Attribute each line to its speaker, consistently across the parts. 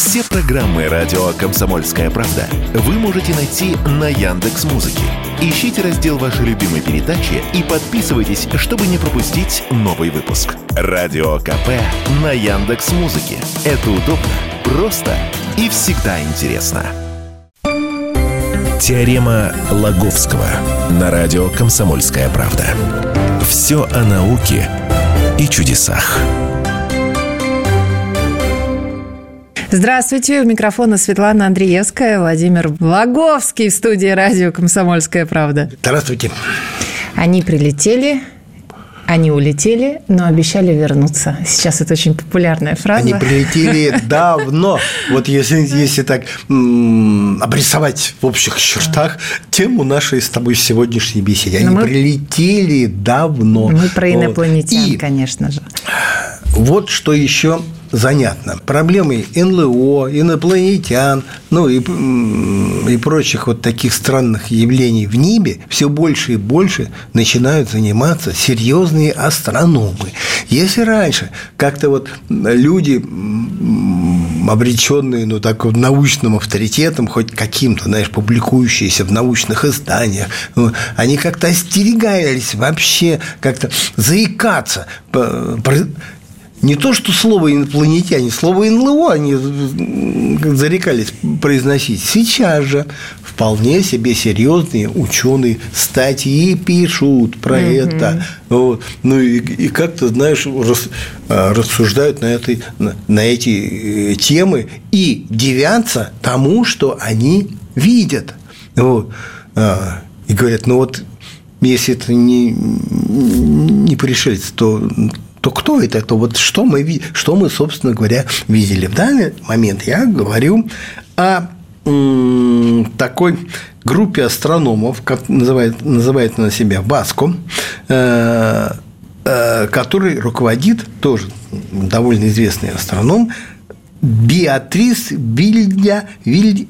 Speaker 1: Все программы радио «Комсомольская правда» вы можете найти на Яндекс.Музыке. Ищите раздел вашей любимой передачи и подписывайтесь, чтобы не пропустить новый выпуск. Радио КП на Яндекс.Музыке. Это удобно, просто и всегда интересно. Теорема Лаговского на радио «Комсомольская правда». Все о науке и чудесах.
Speaker 2: Здравствуйте, у микрофона Светлана Андреевская, Владимир Лаговский в студии радио «Комсомольская правда».
Speaker 3: Здравствуйте.
Speaker 2: Они прилетели, они улетели, но обещали вернуться. Сейчас это очень популярная фраза.
Speaker 3: Они прилетели давно. Вот если так обрисовать в общих чертах тему нашей с тобой сегодняшней беседы. Они прилетели давно.
Speaker 2: Мы про инопланетян, конечно же.
Speaker 3: Вот что еще занятно. Проблемой НЛО, инопланетян, и прочих вот таких странных явлений в небе все больше и больше начинают заниматься серьезные астрономы. Если раньше как-то вот люди, обреченные научным авторитетом, хоть каким-то, публикующиеся в научных изданиях, они как-то остерегались вообще как-то заикаться. Не то, что слово инопланетяне, слово НЛО они зарекались произносить. Сейчас же вполне себе серьезные ученые статьи пишут про это. Вот. И как-то, рассуждают на эти темы и дивятся тому, что они видят. Вот. И говорят, если это не пришельцы, то кто это? То вот что мы, собственно говоря, видели. В данный момент я говорю о такой группе астрономов, как называет она себя ВАСКО, который руководит тоже довольно известный астроном Беатрис Вильяроэль.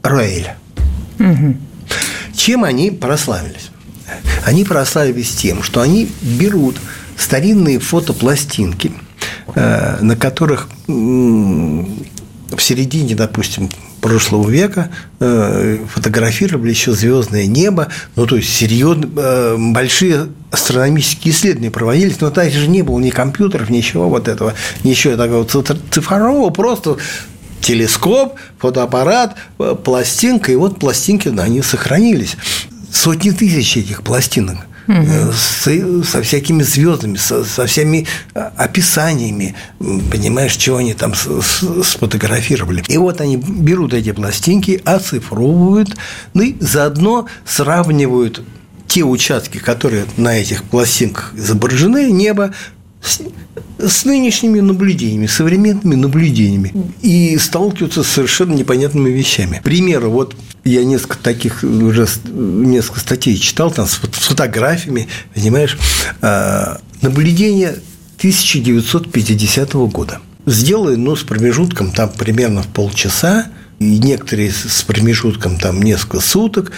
Speaker 3: Чем они прославились? Они прославились тем, что они берут старинные фотопластинки, на которых в середине, допустим, прошлого века фотографировали еще звездное небо, то есть серьезно большие астрономические исследования проводились, но тогда же не было ни компьютеров, ничего вот этого, ничего такого цифрового, просто телескоп, фотоаппарат, пластинка, и вот пластинки, они сохранились. Сотни тысяч этих пластинок. Со всякими звездами, со всеми описаниями, понимаешь, чего они там сфотографировали. И вот они берут эти пластинки, оцифровывают, и заодно сравнивают те участки, которые на этих пластинках изображены, небо, с нынешними наблюдениями, современными наблюдениями, и сталкиваются с совершенно непонятными вещами. К примеру, вот я несколько статей читал там с фотографиями, понимаешь, наблюдения 1950 года. Сделаны, с промежутком там примерно в полчаса, и некоторые с промежутком там несколько суток.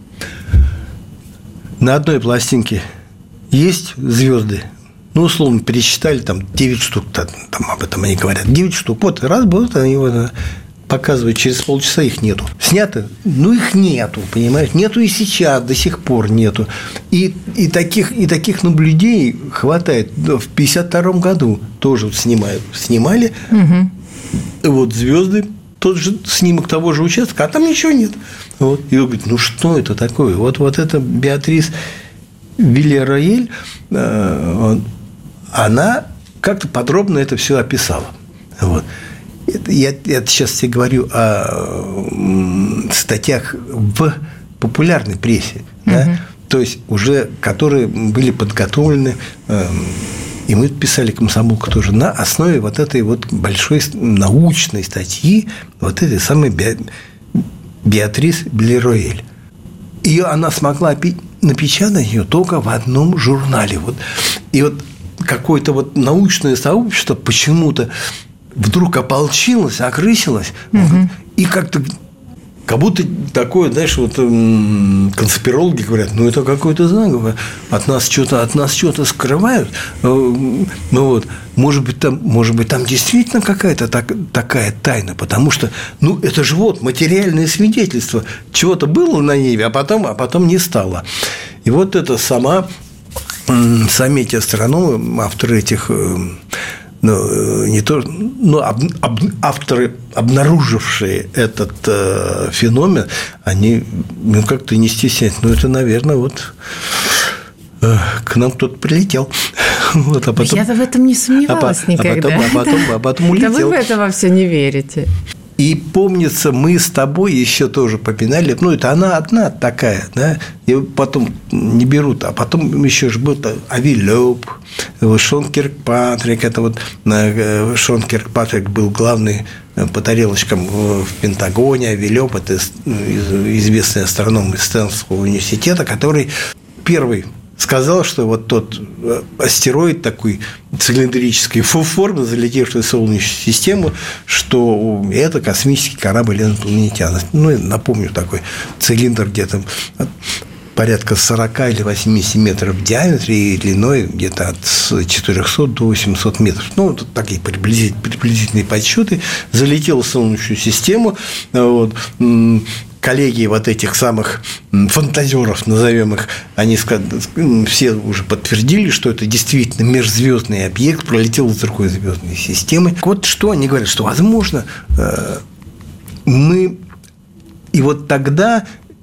Speaker 3: На одной пластинке есть звезды. Условно, пересчитали, 9 штук, там об этом они говорят, 9 штук. Вот, раз будут, они его показывают, через полчаса их нету. Снято? Их нету, понимаешь? Нету и сейчас, до сих пор нету. И таких наблюдений хватает. В 1952 году тоже снимали вот звезды, тот же снимок того же участка, а там ничего нет. Вот. И он говорит, что это такое? Вот это Беатрис Вильяроэль, она как-то подробно это все описала. Вот. Я сейчас тебе говорю о статьях в популярной прессе, да? То есть уже которые были подготовлены, и мы писали «Комсомолку» тоже на основе вот этой вот большой научной статьи вот этой самой Беатрис Вильяроэль. Она смогла напечатать ее только в одном журнале. И вот какое-то научное сообщество почему-то вдруг ополчилось, окрысилось, и как-то как будто такое, знаешь, вот конспирологи говорят, ну, это какой-то знак, от нас что-то скрывают. Ну, вот, может быть, там действительно какая-то такая тайна, потому что, ну, это же вот материальное свидетельство. Чего-то было на небе, а потом не стало. И вот это сами эти астрономы, авторы этих, авторы, обнаружившие этот феномен, они как-то не стесняются. Ну, это, наверное, вот к нам кто-то прилетел. Вот,
Speaker 2: я-то в этом не сомневалась никогда.
Speaker 3: А потом улетел.
Speaker 2: Да вы в это во все не верите.
Speaker 3: И помнится, мы с тобой еще тоже попинали, ну, это она одна такая, да, и потом не берут, а потом еще же был Ави Лёб, Шон Киркпатрик, это вот Шон Киркпатрик был главный по тарелочкам в Пентагоне, Ави Лёб – это известный астроном из Стэнфордского университета, который первый сказал, что вот тот астероид такой цилиндрической формы, залетевший в Солнечную систему, что это космический корабль инопланетян. Ну, я напомню, такой цилиндр где-то порядка 40 или 80 метров в диаметре и длиной где-то от 400 до 800 метров. Ну, вот такие приблизительные подсчеты. Залетел в Солнечную систему. Вот, коллеги вот этих самых фантазеров, назовем их, они все уже подтвердили, что это действительно межзвездный объект, пролетел из другой звездной системы. Вот что они говорят, что, возможно, мы... И вот тогда,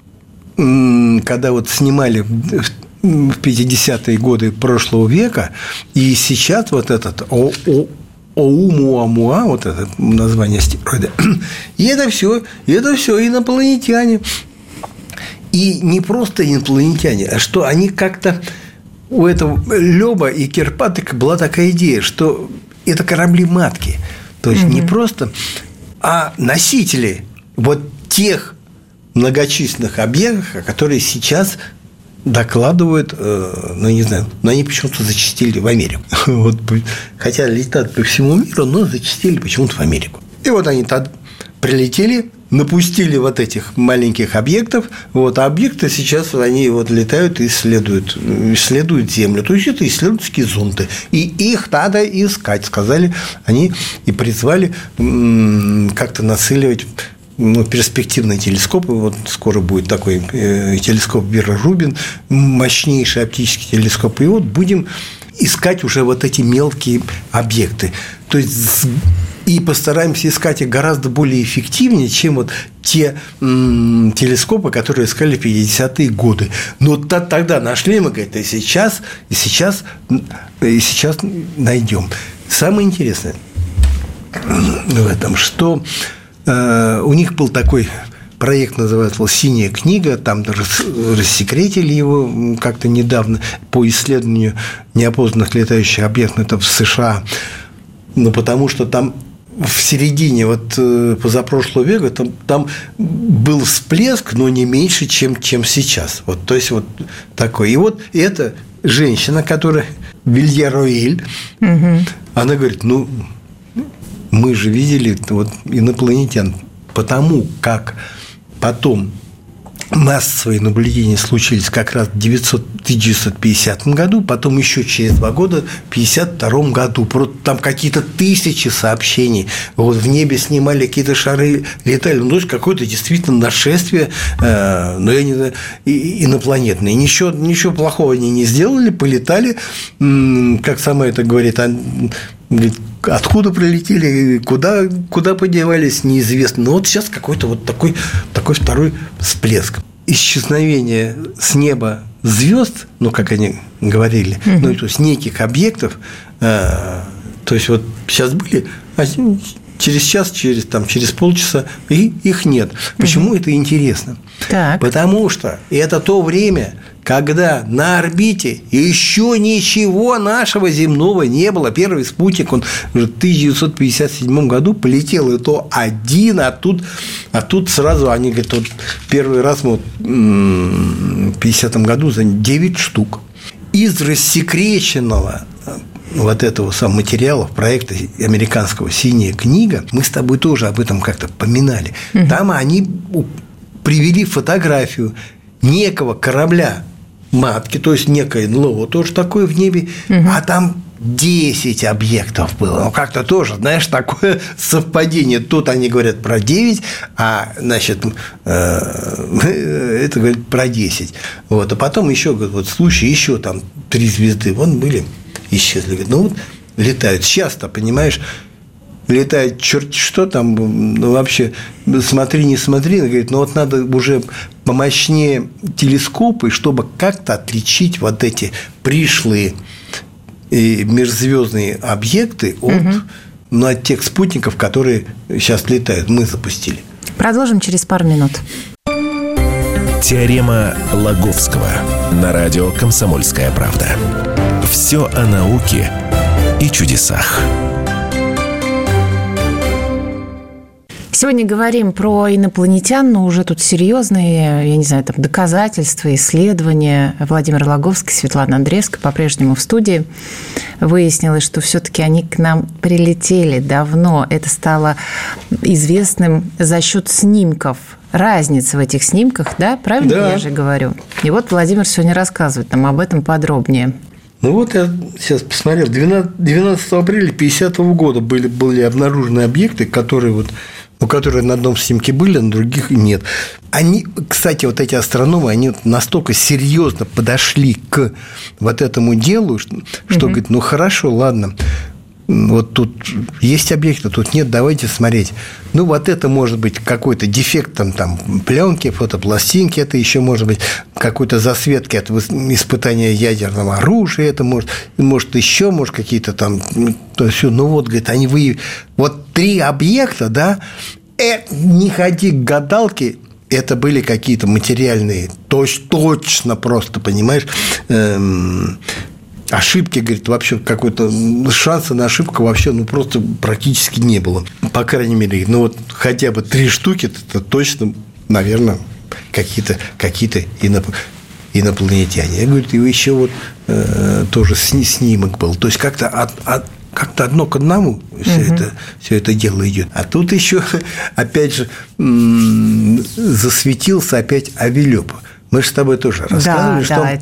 Speaker 3: когда вот снимали в 50-е годы прошлого века, и сейчас вот этот Оумуамуа, вот это название астероида, и это все инопланетяне. И не просто инопланетяне, а что они как-то... У этого Лёба и Киркпатрика была такая идея, что это корабли-матки. То есть не просто, а носители вот тех многочисленных объектов, которые сейчас докладывают, ну, не знаю, но они почему-то зачастили в Америку. Вот, хотя летают по всему миру, но зачастили почему-то в Америку. И вот они прилетели, напустили вот этих маленьких объектов, вот, а объекты сейчас они вот летают и исследуют Землю. То есть это исследовательские зонды. И их надо искать, сказали они, и призвали как-то нацеливать перспективные телескопы. Вот скоро будет такой телескоп Вера Рубин, мощнейший оптический телескоп. И вот будем искать уже вот эти мелкие объекты. То есть и постараемся искать их гораздо более эффективнее, чем вот те телескопы, которые искали в 50-е годы. Но тогда нашли, мы, говорит, и сейчас найдем. Самое интересное в этом, что у них был такой проект, называется «Синяя книга», там рассекретили его как-то недавно по исследованию неопознанных летающих объектов, это в США, но потому что там в середине вот позапрошлого века там был всплеск, но не меньше, чем сейчас. Вот, то есть вот такой. И вот эта женщина, которая Вильяроэль, она говорит, ну, мы же видели вот инопланетян, потому как потом массовые наблюдения случились как раз в 1950 году, потом еще через 2 года, в 1952 году. Там какие-то тысячи сообщений. Вот в небе снимали какие-то шары, летали. Ну, то есть какое-то действительно нашествие, но я не знаю, инопланетное. Ничего плохого они не сделали, полетали, как сама это говорит, откуда прилетели, куда подевались, неизвестно. Но вот сейчас какой-то вот такой второй всплеск. Исчезновение с неба звезд, ну, как они говорили, ну, то есть неких объектов, то есть вот сейчас были, а через час, через полчаса их нет. Почему это интересно?
Speaker 2: Так.
Speaker 3: Потому что это то время, когда на орбите еще ничего нашего земного не было. Первый спутник, он уже в 1957 году полетел, и то один, а тут сразу они говорят, вот первый раз мы в 50-м году за 9 штук. Из рассекреченного вот этого самого материала проекта американского «Синяя книга», мы с тобой тоже об этом как-то поминали. Там они привели фотографию некого корабля матки, то есть некое НЛО, тоже такое в небе, а там 10 объектов было. Ну, как-то тоже, знаешь, такое совпадение. Тут они говорят про 9, а, значит, это говорит про 10. Вот. А потом еще, говорят, вот случай, еще там 3 звезды, вон были, исчезли. Говорят, ну, вот летают. Сейчас-то, понимаешь, летает черт что там, ну, вообще, смотри, не смотри. Она говорит, ну, вот надо уже помощнее телескопы, чтобы как-то отличить вот эти пришлые и межзвездные объекты от тех спутников, которые сейчас летают, мы запустили.
Speaker 2: Продолжим через пару минут.
Speaker 1: Теорема Лаговского на радио «Комсомольская правда». Все о науке и чудесах.
Speaker 2: Сегодня говорим про инопланетян, но уже тут серьезные, я не знаю, там доказательства, исследования. Владимир Лаговский, Светлана Андреевская по-прежнему в студии. Выяснилось, что все-таки они к нам прилетели давно. Это стало известным за счет снимков. Разница в этих снимках, да? Правильно я же говорю? И вот Владимир сегодня рассказывает нам об этом подробнее.
Speaker 3: Ну вот я сейчас посмотрел, 12 апреля 1950 года были обнаружены объекты, которые на одном снимке были, на других нет. Они, кстати, вот эти астрономы, они настолько серьезно подошли к вот этому делу, что говорят, ну хорошо, ладно, вот тут есть объекты, тут нет, давайте смотреть. Ну, вот это может быть какой-то дефект там пленки, фотопластинки, это еще может быть какой-то засветки от испытания ядерного оружия, это может еще, может, какие-то там, то есть, ну, вот, говорит, они выявили. Вот 3 объекта, да, не ходи к гадалке, это были какие-то материальные, точно просто, понимаешь, ошибки, говорит, вообще какой-то шанса на ошибку вообще, ну, просто практически не было. По крайней мере, ну, вот хотя бы 3 штуки, это точно, наверное, какие-то инопланетяне. Я говорю, и еще вот тоже снимок был. То есть, как-то одно к одному все это дело идет. А тут еще, опять же, засветился опять Авелёп. Мы же с тобой тоже рассказывали,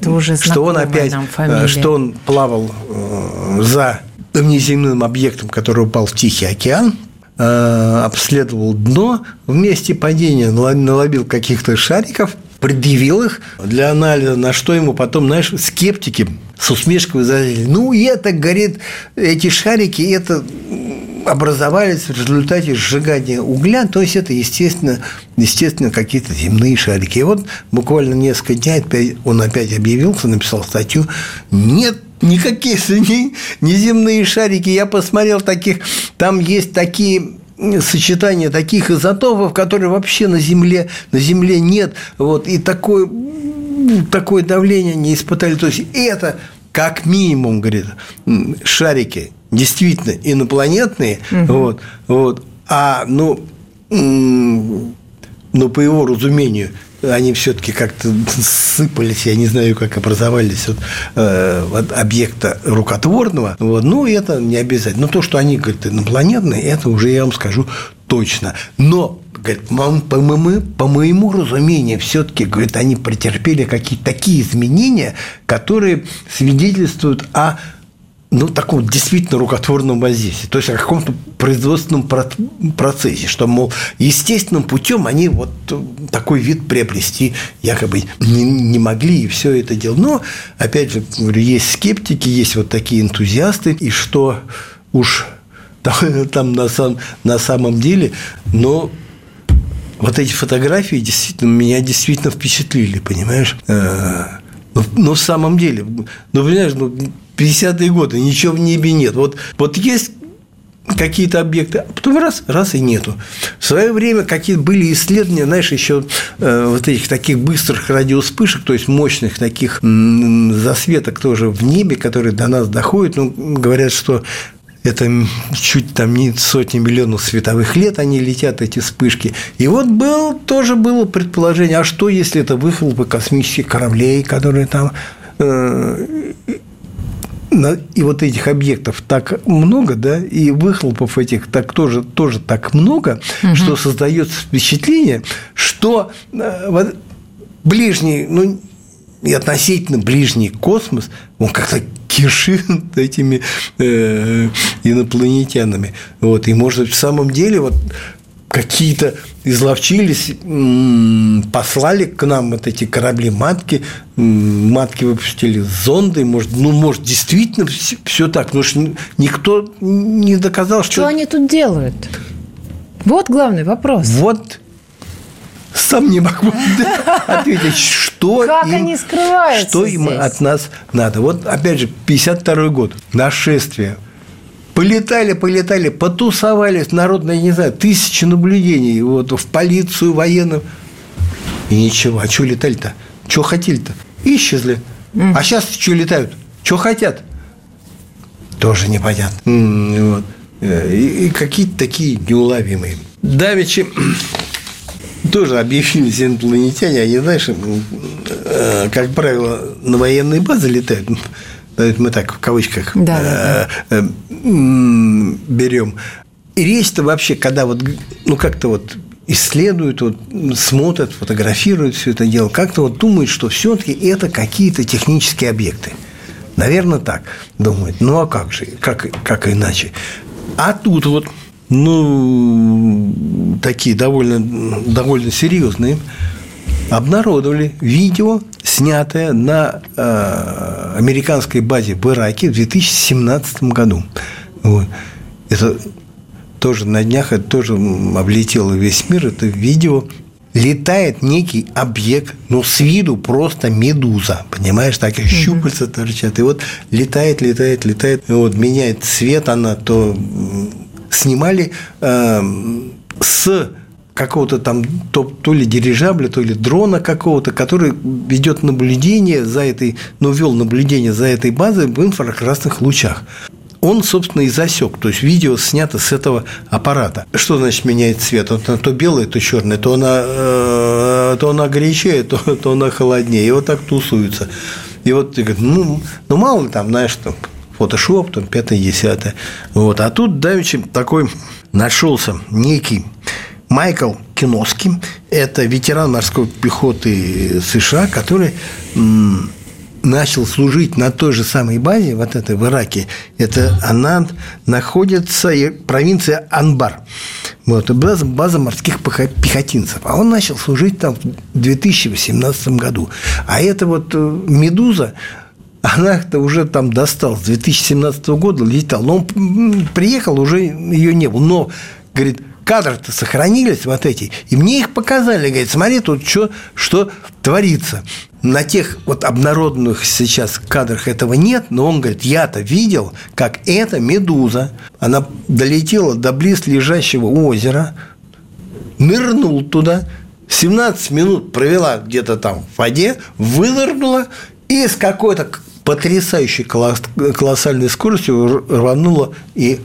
Speaker 3: что он плавал за внеземным объектом, который упал в Тихий океан, обследовал дно в месте падения, наловил каких-то шариков, предъявил их для анализа, на что ему потом, знаешь, скептики с усмешкой возразили, ну, это, говорит, эти шарики, это образовались в результате сжигания угля, то есть это, естественно, какие-то земные шарики. И вот буквально несколько дней он опять объявился, написал статью, нет, никакие не земные шарики, я посмотрел таких, там есть такие сочетания таких изотопов, которые вообще на Земле нет, вот, и такое давление не испытали, то есть это как минимум, говорит, шарики действительно инопланетные, вот, а, по его разумению, они все-таки как-то сыпались, я не знаю, как образовались от объекта рукотворного, вот, ну, это не обязательно. Но то, что они, говорят, инопланетные, это уже я вам скажу точно. Но, говорит, по моему разумению, все-таки, говорит, они претерпели какие-то такие изменения, которые свидетельствуют о таком действительно рукотворном воздействии, то есть о каком-то производственном процессе, что, мол, естественным путем они вот такой вид приобрести якобы не могли, и все это дело. Но, опять же, говорю, есть скептики, есть вот такие энтузиасты, и что уж там на самом деле, но вот эти фотографии меня действительно впечатлили, понимаешь? Но в самом деле, понимаешь, 50-е годы, ничего в небе нет. Вот есть какие-то объекты, а потом раз и нету. В свое время какие-то были исследования, знаешь, еще вот этих таких быстрых радиовспышек, то есть мощных таких засветок тоже в небе, которые до нас доходят. Говорят, что это чуть там не сотни миллионов световых лет они летят, эти вспышки. И вот тоже было предположение, а что, если это выхлопы космических кораблей, которые там И вот этих объектов так много, да, и выхлопов этих тоже так много, что создается впечатление, что ближний, и относительно ближний космос, он как-то кишит этими инопланетянами. Вот. И, может быть, в самом деле какие-то изловчились, послали к нам вот эти корабли-матки, выпустили зонды, может, действительно все так, потому что никто не доказал, что
Speaker 2: они тут делают? Вот главный вопрос.
Speaker 3: Вот сам не могу ответить, что
Speaker 2: они скрываются
Speaker 3: что им
Speaker 2: здесь?
Speaker 3: От нас надо. Вот, опять же, 52-й год, нашествие. Полетали, потусовались, народ, я не знаю, 1000 наблюдений, в полицию, военную. И ничего. А что летали-то? Что хотели-то? Исчезли. А сейчас что летают? Что хотят? Тоже непонятно. Вот. И какие-то такие неуловимые. Давеча тоже объявились инопланетяне, они, знаешь, как правило, на военные базы летают. Мы так в кавычках берем. И речь-то вообще, когда как-то исследуют, смотрят, фотографируют все это дело, как-то думают, что все-таки это какие-то технические объекты. Наверное, так думают. Ну, а как же? Как иначе? А тут такие довольно серьезные обнародовали видео, снятое на американской базе в Ираке в 2017 году. Вот. Это тоже на днях, это тоже облетело весь мир. Это видео. Летает некий объект, с виду просто медуза, понимаешь, такие щупальца торчат. И летает. И меняет цвет она, то снимали с какого-то там то ли дирижабля, то ли дрона какого-то, который ведет наблюдение вел наблюдение за этой базой в инфракрасных лучах. Он, собственно, и засек. То есть видео снято с этого аппарата. Что значит меняет цвет? То белое, то черное, то она горячее, то она холоднее. И так тусуется. И ты говоришь, мало ли там, знаешь, фотошоп, 5-10. А тут давеча такой нашелся некий Майкл Киноски. Это ветеран морской пехоты США, который начал служить на той же самой базе, этой в Ираке. Она находится провинция Анбар. База морских пехотинцев. А он начал служить там в 2018 году. А эта медуза, она-то уже там досталась. С 2017 года летал. Но он приехал, уже ее не было. Но, говорит, кадры-то сохранились эти, и мне их показали, говорит, смотри, тут что творится. На тех обнародованных сейчас кадрах этого нет, но он говорит, я-то видел, как эта медуза, она долетела до близлежащего озера, нырнул туда, 17 минут провела где-то там в воде, вынырнула и с какой-то потрясающей колоссальной скоростью рванула и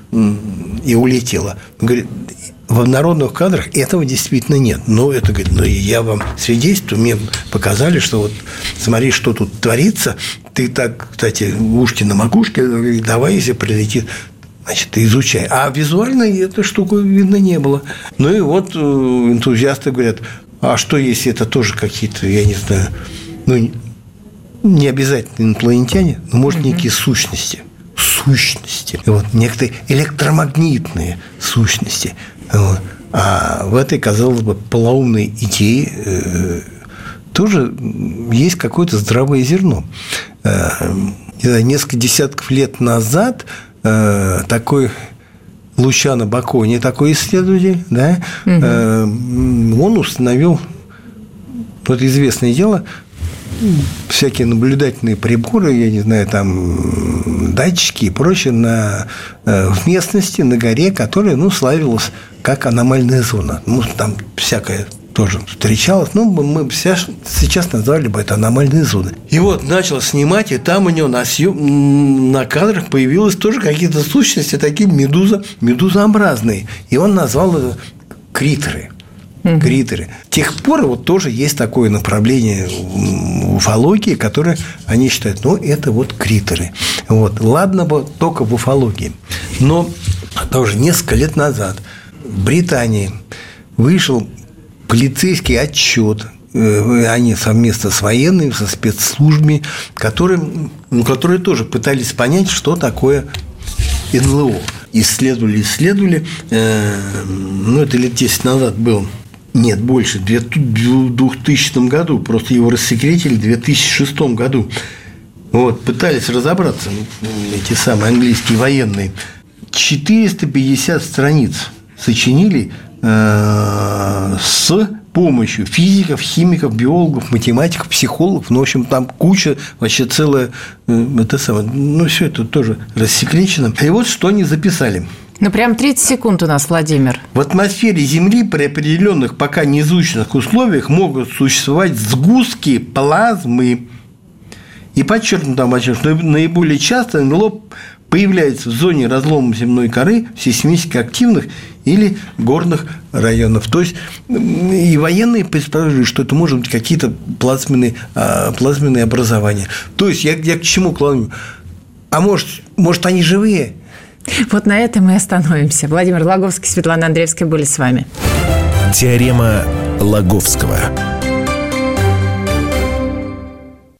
Speaker 3: улетела. Говорит, в народных кадрах этого действительно нет. Но это, говорит, я вам свидетельствую, мне показали, что смотри, что тут творится. Ты так, кстати, ушки на макушке, давай, если прилетит, значит, ты изучай. А визуально эту штуку видно не было. И энтузиасты говорят, а что, если это тоже какие-то, я не знаю, не обязательно инопланетяне, но, может, некие сущности, некоторые электромагнитные сущности. А в этой, казалось бы, полоумной идее тоже есть какое-то здравое зерно. Несколько десятков лет назад такой Лучано Бакони, такой исследователь, да, он установил, известное дело, всякие наблюдательные приборы, я не знаю, там датчики и прочее в местности, на горе, которая, славилась как аномальная зона. Там всякое тоже встречалось. Мы сейчас назвали бы это аномальной зоной. И начал снимать, и там у него на кадрах появились тоже какие-то сущности, такие медузообразные. И он назвал это критеры. Критеры. С тех пор вот тоже есть такое направление в уфологии, которое они считают, это вот критеры. Вот. Ладно бы только в уфологии. Но тоже несколько лет назад в Британии вышел полицейский отчет, они совместно с военными, со спецслужбами, которые тоже пытались понять, что такое НЛО. Исследовали. Это лет 10 назад было. Нет, больше, в 2000 году. Просто его рассекретили в 2006 году. Вот, пытались разобраться, эти самые английские военные. 450 страниц сочинили с помощью физиков, химиков, биологов, математиков, психологов. В общем, там куча, вообще целая, все это тоже рассекречено. И вот что они записали.
Speaker 2: Прям 30 секунд у нас, Владимир.
Speaker 3: В атмосфере Земли при определенных пока не изученных условиях могут существовать сгустки плазмы. И подчеркнуто, что наиболее часто НЛО появляется в зоне разлома земной коры, в сейсмически активных или горных районах. То есть и военные предположили, что это может быть какие-то плазменные образования. То есть я к чему клоню? А может они живые?
Speaker 2: Вот на этом мы остановимся. Владимир Логовский, Светлана Андреевская были с вами.
Speaker 1: Теорема Лаговского.